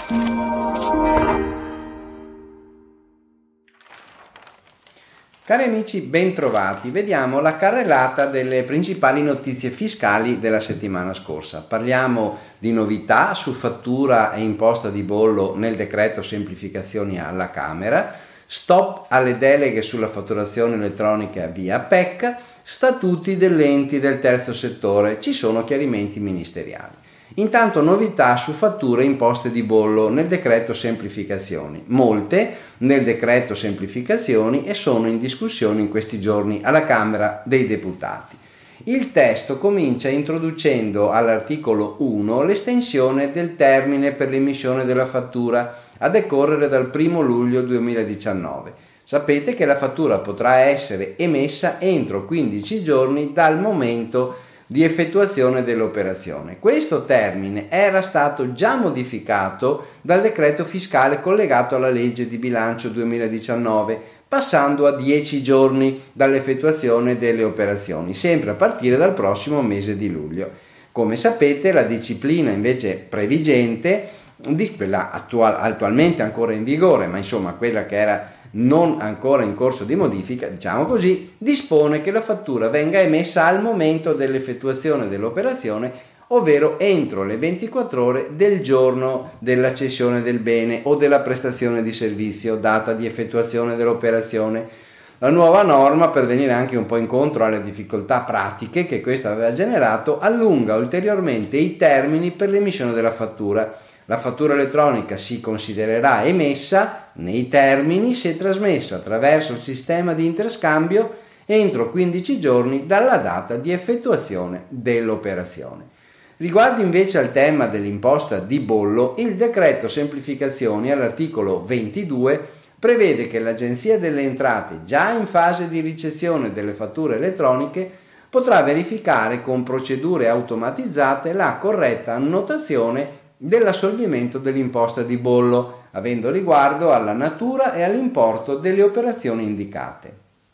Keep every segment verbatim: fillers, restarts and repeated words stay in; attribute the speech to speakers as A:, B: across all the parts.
A: Cari amici, bentrovati. Vediamo la carrellata delle principali notizie fiscali della settimana scorsa. Parliamo di novità su fattura e imposta di bollo nel decreto semplificazioni alla Camera, stop alle deleghe sulla fatturazione elettronica via P E C, statuti degli enti del terzo settore, ci sono chiarimenti ministeriali. Intanto novità su fatture e imposte di bollo nel decreto semplificazioni, molte nel decreto semplificazioni e sono in discussione in questi giorni alla Camera dei Deputati. Il testo comincia introducendo all'articolo uno l'estensione del termine per l'emissione della fattura a decorrere dal primo luglio duemiladiciannove. Sapete che la fattura potrà essere emessa entro quindici giorni dal momento di effettuazione dell'operazione. Questo termine era stato già modificato dal decreto fiscale collegato alla legge di bilancio duemiladiciannove, passando a dieci giorni dall'effettuazione delle operazioni, sempre a partire dal prossimo mese di luglio. Come sapete, la disciplina invece previgente, di quella attual, attualmente ancora in vigore, ma insomma quella che era non ancora in corso di modifica, diciamo così, dispone che la fattura venga emessa al momento dell'effettuazione dell'operazione, ovvero entro le ventiquattro ore del giorno della cessione del bene o della prestazione di servizio, data di effettuazione dell'operazione. La nuova norma, per venire anche un po' incontro alle difficoltà pratiche che questa aveva generato, allunga ulteriormente i termini per l'emissione della fattura. La fattura elettronica si considererà emessa nei termini se trasmessa attraverso il sistema di interscambio entro quindici giorni dalla data di effettuazione dell'operazione. Riguardo invece al tema dell'imposta di bollo, il decreto semplificazioni all'articolo ventidue prevede che l'Agenzia delle Entrate, già in fase di ricezione delle fatture elettroniche, potrà verificare con procedure automatizzate la corretta annotazione dell'assolvimento dell'imposta di bollo, avendo riguardo alla natura e all'importo delle operazioni indicate.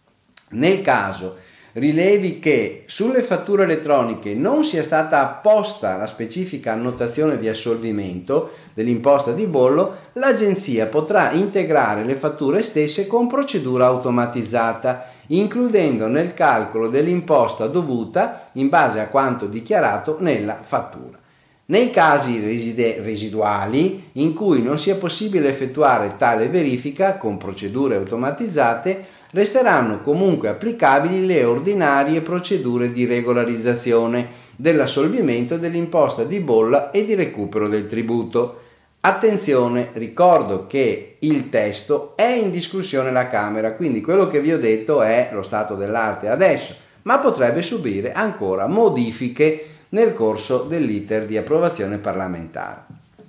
A: Nel caso rilevi che sulle fatture elettroniche non sia stata apposta la specifica annotazione di assolvimento dell'imposta di bollo, l'Agenzia potrà integrare le fatture stesse con procedura automatizzata, includendo nel calcolo dell'imposta dovuta in base a quanto dichiarato nella fattura. Nei casi reside- residuali in cui non sia possibile effettuare tale verifica con procedure automatizzate, resteranno comunque applicabili le ordinarie procedure di regolarizzazione dell'assolvimento dell'imposta di bolla e di recupero del tributo. Attenzione, ricordo che il testo è in discussione alla Camera, quindi quello che vi ho detto è lo stato dell'arte adesso, ma potrebbe subire ancora modifiche nel corso dell'iter di approvazione parlamentare.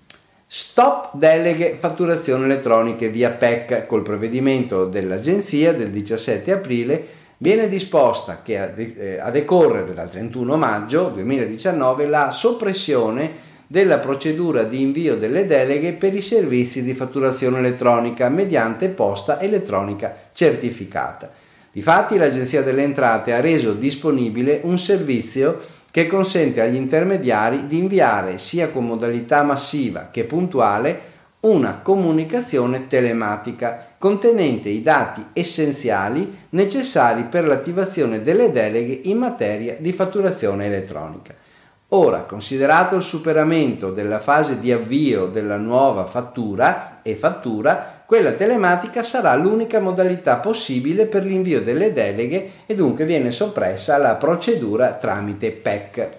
A: Stop deleghe fatturazione elettroniche via P E C. Col provvedimento dell'Agenzia del diciassette aprile viene disposta che a, de- a decorrere dal trentuno maggio duemiladiciannove la soppressione della procedura di invio delle deleghe per i servizi di fatturazione elettronica mediante posta elettronica certificata. Difatti l'Agenzia delle Entrate ha reso disponibile un servizio che consente agli intermediari di inviare sia con modalità massiva che puntuale una comunicazione telematica contenente i dati essenziali necessari per l'attivazione delle deleghe in materia di fatturazione elettronica. Ora, considerato il superamento della fase di avvio della nuova fattura e fattura, quella telematica sarà l'unica modalità possibile per l'invio delle deleghe e dunque viene soppressa la procedura tramite P E C.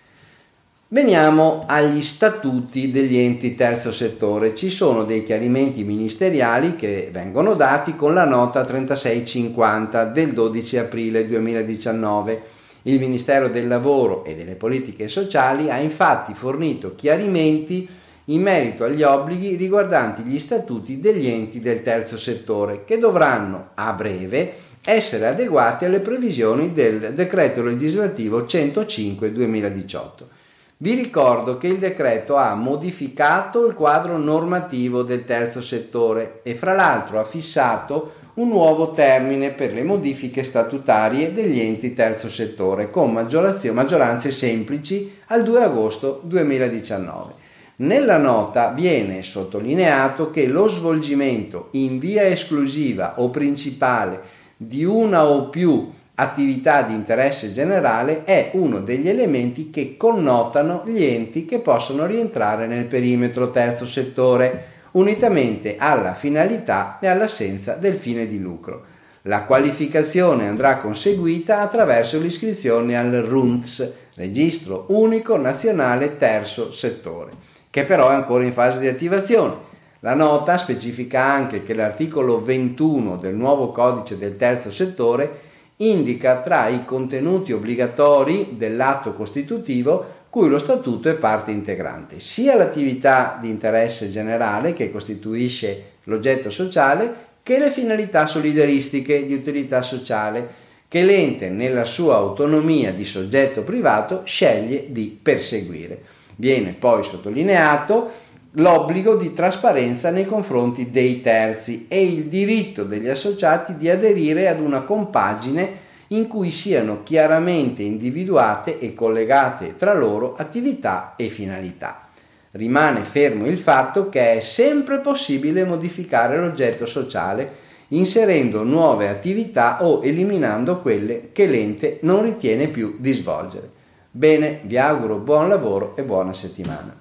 A: Veniamo agli statuti degli enti terzo settore. Ci sono dei chiarimenti ministeriali che vengono dati con la nota trentasei cinquanta del dodici aprile duemiladiciannove. Il Ministero del Lavoro e delle Politiche Sociali ha infatti fornito chiarimenti in merito agli obblighi riguardanti gli statuti degli enti del terzo settore, che dovranno a breve essere adeguati alle previsioni del decreto legislativo centocinque duemiladiciotto. Vi ricordo che il decreto ha modificato il quadro normativo del terzo settore e fra l'altro ha fissato un nuovo termine per le modifiche statutarie degli enti terzo settore con maggioranze semplici al due agosto duemiladiciannove. Nella nota viene sottolineato che lo svolgimento in via esclusiva o principale di una o più attività di interesse generale è uno degli elementi che connotano gli enti che possono rientrare nel perimetro terzo settore, unitamente alla finalità e all'assenza del fine di lucro. La qualificazione andrà conseguita attraverso l'iscrizione al R U N T S, Registro Unico Nazionale Terzo Settore, che però è ancora in fase di attivazione. La nota specifica anche che l'articolo ventuno del nuovo codice del terzo settore indica tra i contenuti obbligatori dell'atto costitutivo cui lo statuto è parte integrante, sia l'attività di interesse generale che costituisce l'oggetto sociale che le finalità solidaristiche di utilità sociale che l'ente nella sua autonomia di soggetto privato sceglie di perseguire. Viene poi sottolineato l'obbligo di trasparenza nei confronti dei terzi e il diritto degli associati di aderire ad una compagine in cui siano chiaramente individuate e collegate tra loro attività e finalità. Rimane fermo il fatto che è sempre possibile modificare l'oggetto sociale inserendo nuove attività o eliminando quelle che l'ente non ritiene più di svolgere. Bene, vi auguro buon lavoro e buona settimana.